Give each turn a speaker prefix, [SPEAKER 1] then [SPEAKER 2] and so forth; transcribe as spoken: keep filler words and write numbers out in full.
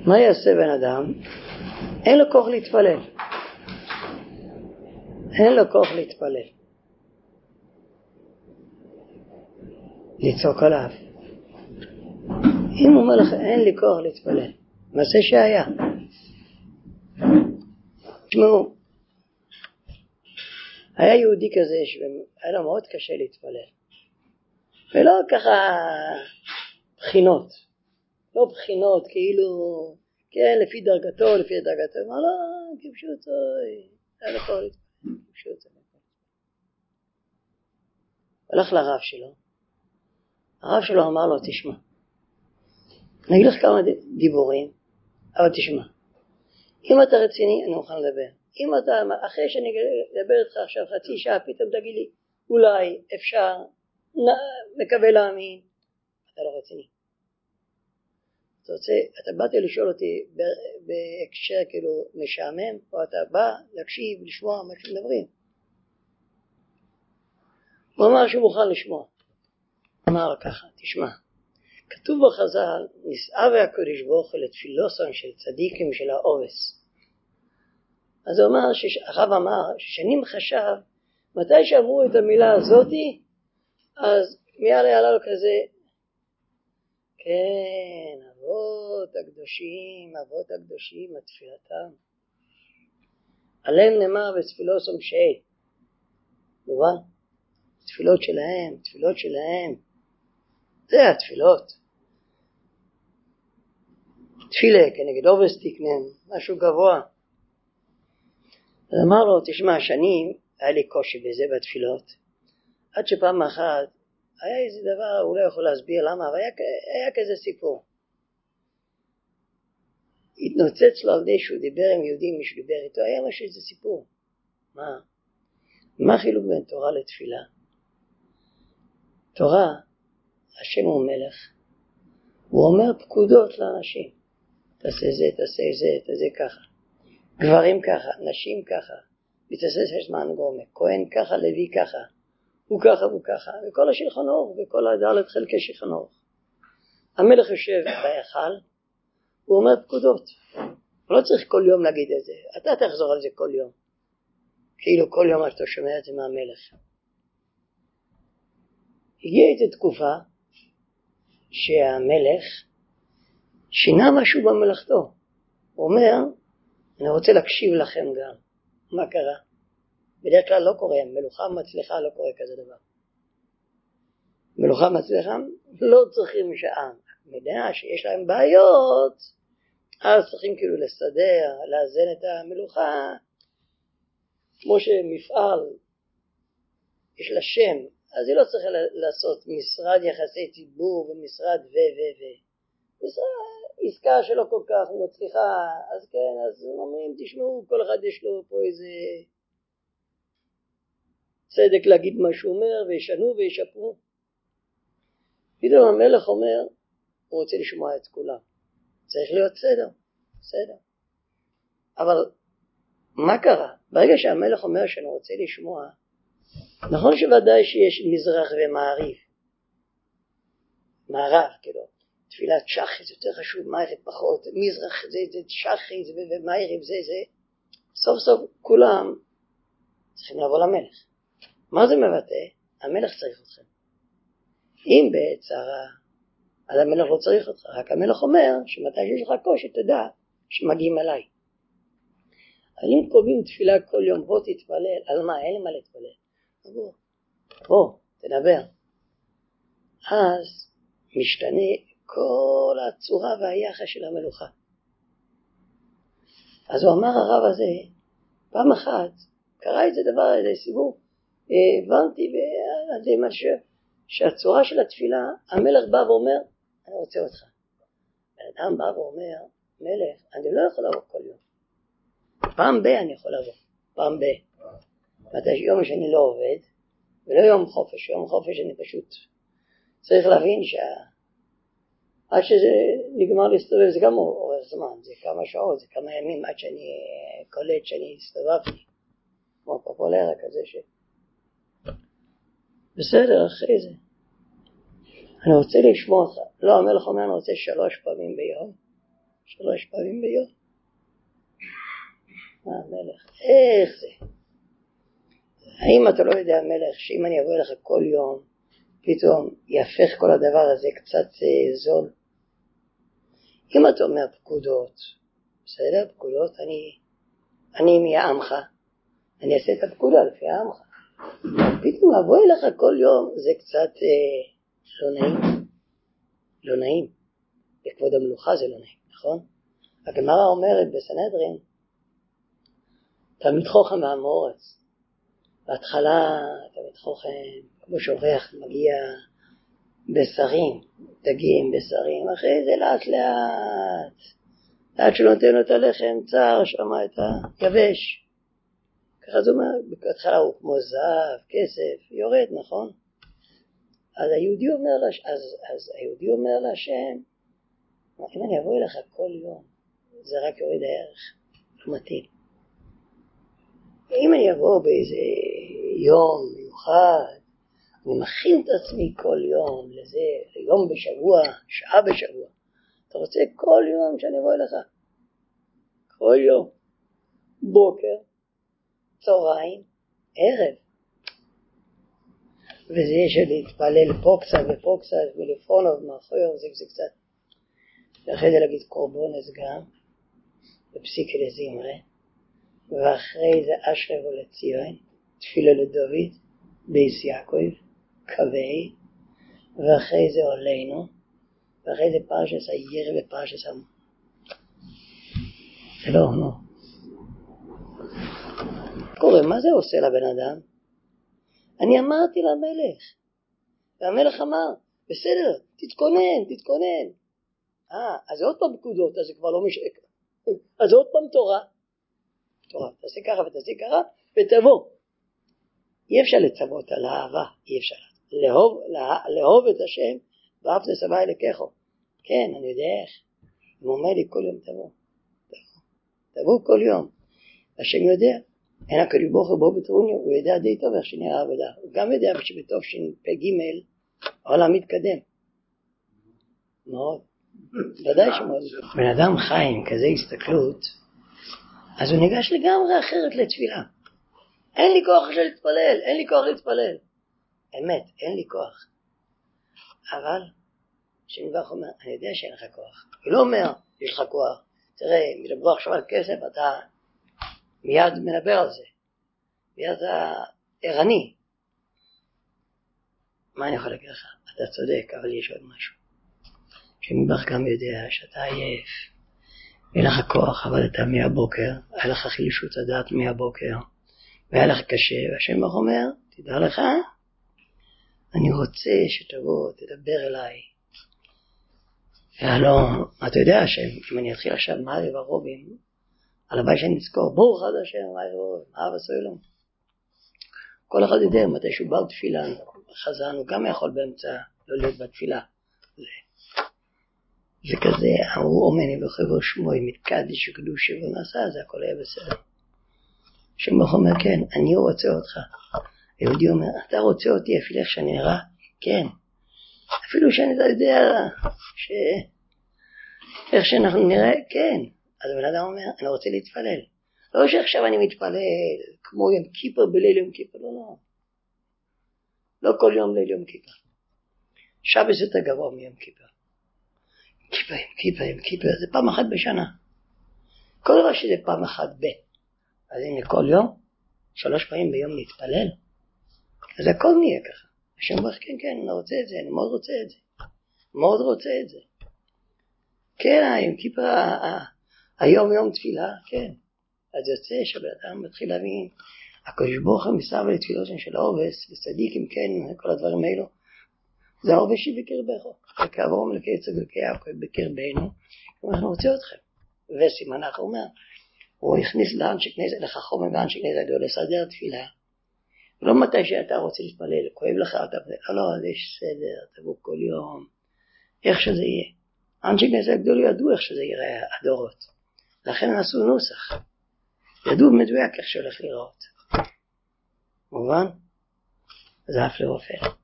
[SPEAKER 1] מה יעשה בן אדם? אין לו כוח להתפלל. אין לו כוח להתפלל. לצעוק עליו. אם הוא אומר לך אין לי כוח להתפלל, מעשה שהיה. תשמעו, היה יהודי כזה שהיה לו מאוד קשה להתפלל. ולא ככה בחינות. לא בחינות כאילו, כן, לפי דרגתו, לפי דרגתו. מה לא, כפשוטו, היה לו כוח להתפלל, כפשוטו. הלך לרב שלו. הרב שלו אמר לו, תשמע. אני אגיד לך כמה דיבורים, אבל תשמע. אם אתה רציני, אני מוכן לדבר. אם אתה, אחרי שאני אדבר איתך עכשיו חצי שעה, פתאום תגיד לי, אולי, אפשר, מקווה להאמין. אתה לא רציני. אתה רוצה, אתה באתי לשאול אותי בהקשר כאילו משעמם, או אתה בא להקשיב, לשמוע מה שמדברים. הוא אמר שהוא מוכן לשמוע. אמר ככה, תשמע. כתוב בחז"ל, נסעב הקדוש ברוך הוא לתפילוסון של צדיקים של העובס. אז הוא אמר, הרב אמר, ששנים חשב, מתי שאמרו את המילה הזאתי, אז מיד היה לו כזה, כן, אבות הקדושים, אבות הקדושים, התפילתם. עליהם נאמר בתפילוסון שאי. מובן? תפילות שלהם, תפילות שלהם. זה התפילות. תפילה כנגד עובס תקנן, משהו גבוה. אז אמר לו, תשמע, שנים היה לי קושי בזה בתפילות. עד שפעם אחת היה איזה דבר, הוא לא יכול להסביר למה, אבל היה, היה כזה סיפור. התנוצץ לו על די שהוא דיבר עם יהודים, מישהו דיבר איתו, היה משהו איזה סיפור. מה? מה חילוק בין תורה לתפילה? תורה, השם הוא מלך, הוא אומר פקודות לאנשים. תעשה זה, תעשה זה, תעשה ככה. גברים ככה, נשים ככה. מתעשה שזמן גורמה. כהן ככה, לוי ככה. הוא ככה והוא ככה. וכל השולחן אורך, וכל הדלת חלקי שולחן אורך. המלך יושב בהיכל, הוא אומר פקודות. הוא לא צריך כל יום להגיד את זה. אתה תחזור על זה כל יום. כאילו כל יום אתה שומע את זה מהמלך. הגיעה איזו תקופה שהמלך שינה משהו במלאכתו. הוא אומר, אני רוצה להקשיב לכם גם. מה קרה? בדרך כלל לא קורה, מלוכה מצליחה לא קורה כזה דבר. מלוכה מצליחה לא צריכים שעה. מדינה שיש להם בעיות, אז צריכים כאילו לסדר, לאזן את המלוכה. כמו שמפעל יש לה שם, אז היא לא צריכה לעשות משרד יחסי ציבור ומשרד ו ו ו. משרד, עסקה שלא כל כך מצליחה, אז כן, אז אומרים, תשמעו, כל אחד יש לו פה איזה צדק להגיד מה שהוא אומר, וישנו וישפרו. פתאום המלך אומר, הוא רוצה לשמוע את כולם. צריך להיות סדר, סדר. אבל מה קרה? ברגע שהמלך אומר שאני רוצה לשמוע, נכון שוודאי שיש מזרח ומעריב. מערב, כאילו. תפילת שחי יותר חשוב, מערב פחות. מזרח זה, זה שחי זה, ומערב זה, זה. סוף סוף כולם צריכים לבוא למלך. מה זה מבטא? המלך צריך אתכם. אם בצרה, אז המלך לא צריך אותך. רק המלך אומר שמתי שיש לך קושי, תדע שמגיעים אליי. אבל אם קובעים תפילה כל יום, בוא תתפלל, על מה? אין למה להתפלל. בוא, בוא, תדבר. אז משתנה כל הצורה והיחס של המלוכה. אז הוא אמר הרב הזה, פעם אחת, קרא את זה דבר, איזה סיבוב, הבנתי זה משהו, שהצורה של התפילה, המלך בא ואומר, אני רוצה אותך. האדם בא ואומר, מלך, אני לא יכול לבוא כל יום. פעם ב אני יכול לבוא, פעם ב. מתי יום שאני לא עובד, ולא יום חופש, יום חופש אני פשוט צריך להבין שה... עד שזה נגמר להסתובב, זה גם אורך זמן, זה כמה שעות, זה כמה ימים עד שאני קולט שאני הסתובבתי, כמו פופולרה כזה ש... בסדר, אחרי זה. אני רוצה לשמוע אותך. לא, המלך אומר, אני רוצה שלוש פעמים ביום. שלוש פעמים ביום. מה המלך? איך זה? האם אתה לא יודע המלך שאם אני אבוא אליך כל יום פתאום יהפך כל הדבר הזה קצת אה, זול? אם אתה אומר פקודות, בסדר, פקודות, אני אני מעמך, אני אעשה את הפקודה לפי העמך. פתאום אבוא אליך כל יום זה קצת אה, לא נעים, לא נעים. בכבוד המלוכה זה לא נעים, נכון? הגמרא אומרת בסנהדרין, תלמיד חכם מהמורץ, בהתחלה תלמיד חכם, כמו שאורח מגיע בשרים, דגים בשרים, אחרי זה לאט לאט, עד שנותן לו את הלחם צער, שמה את היבש. ככה זה אומר, בהתחלה הוא כמו זהב, כסף, יורד, נכון? אז היהודי אומר לה, אז, אז היהודי אומר להשם, אם אני אבוא אליך כל יום, זה רק יורד הערך, לא מתאים. אם אני אבוא באיזה יום מיוחד, אני מכין את עצמי כל יום לזה, ליום בשבוע, שעה בשבוע. אתה רוצה כל יום שאני אבוא אליך? כל יום. בוקר, צהריים, ערב. וזה של להתפלל פה קצת ופה קצת ולפונוב מאחורי זה, זה קצת. ואחרי זה להגיד קורבונס גם, בפסיקה לזמרה. ואחרי זה אשרי ולציון, תפילה לדוד, בייס יעקב, קווי, ואחרי זה עולנו, ואחרי זה פרשס הירא ופרשס המ... זה לא, לא. קורא, מה זה עושה לבן אדם? אני אמרתי למלך, והמלך אמר, בסדר, תתכונן, תתכונן. אה, אז זה עוד פעם פקודות, אז זה כבר לא משק. אז זה עוד פעם תורה. תורה, תעשה ככה ותעשה ככה, ותבוא. אי אפשר לצוות על האהבה, אי אפשר. לאהוב, לה, לאהוב את השם, ואהבת סבא אלוקיכו. כן, אני יודע איך. הוא אומר לי כל יום תבוא. תבוא, תבוא כל יום. השם יודע. אין הקדוש ברוך הוא בו בטרוניה, הוא יודע די טוב איך שנראה העבודה. הוא גם יודע שבטוב שפ"ג העולם מתקדם. מאוד. ודאי שמאוד. בן אדם חי עם כזה הסתכלות, אז הוא ניגש לגמרי אחרת לתפילה. אין לי כוח עכשיו להתפלל, אין לי כוח להתפלל. אמת, אין לי כוח. אבל, שמדבר אומר, אני יודע שאין לך כוח. הוא לא אומר, יש לך כוח. תראה, מדבר עכשיו על כסף, אתה מיד מדבר על זה. מיד אתה ערני. מה אני יכול להגיד לך? אתה צודק, אבל יש עוד משהו. שמדבר גם יודע שאתה עייף. אין לך כוח, אבל אתה מהבוקר, היה לך חילשות הדעת מהבוקר. והיה לך קשה, והשם אומר, תדע לך, אני רוצה שתבוא, תדבר אליי. והלא, אתה יודע השם, אם אני אתחיל עכשיו מערב הרובים, על הבית שאני נזכור, ברוך עד השם, מערב הרובים, אהב הסוילום. כל אחד יודע, מתי שהוא בא בתפילה, חזן, הוא גם יכול באמצע לא להיות בתפילה. זה, זה כזה, הוא אומני וחבר שמוי, מתקדש וקדוש ונעשה, זה הכל היה בסדר. שמוך אומר, כן, אני רוצה אותך. היהודי אומר, אתה רוצה אותי אפילו איך שאני נראה? כן. אפילו שאני לא יודע ש... איך שאנחנו נראה? כן. אז בן אדם אומר, אני רוצה להתפלל. לא שעכשיו אני מתפלל כמו יום כיפר בליל יום כיפר, לא, לא. לא כל יום ליל יום כיפר. שבת זה גבוה מיום כיפר. כיפר, יום כיפר, יום כיפר, זה פעם אחת בשנה. כל דבר שזה פעם אחת ב. אז אם לכל יום, שלוש פעמים ביום להתפלל, אז הכל נהיה ככה. השם אומר, כן, כן, אני רוצה את זה, אני מאוד רוצה את זה. מאוד רוצה את זה. כן, היום כיפר, היום יום תפילה, כן. אז יוצא שבאדם מתחיל להבין, הקדוש ברוך הוא מסרב לתפילות של העובס, וצדיקים, כן, כל הדברים האלו, זה העובשי בקרבך. וכעבור מלכי צדוקי יעקב בקרבנו, אנחנו רוצה אתכם. וסימנך אומר, הוא הכניס לאנשי כנסת, לחכום לאנשי כנסת, לסדר תפילה. לא מתי שאתה רוצה להתפלל, כואב לך, אתה לא, לא, אז יש סדר, תבוא כל יום, איך שזה יהיה. אנשי כנסת גדול ידעו איך שזה ייראה, הדורות. לכן עשו נוסח. ידעו מדויק איך שהולך לראות. מובן? זה אף לרופא.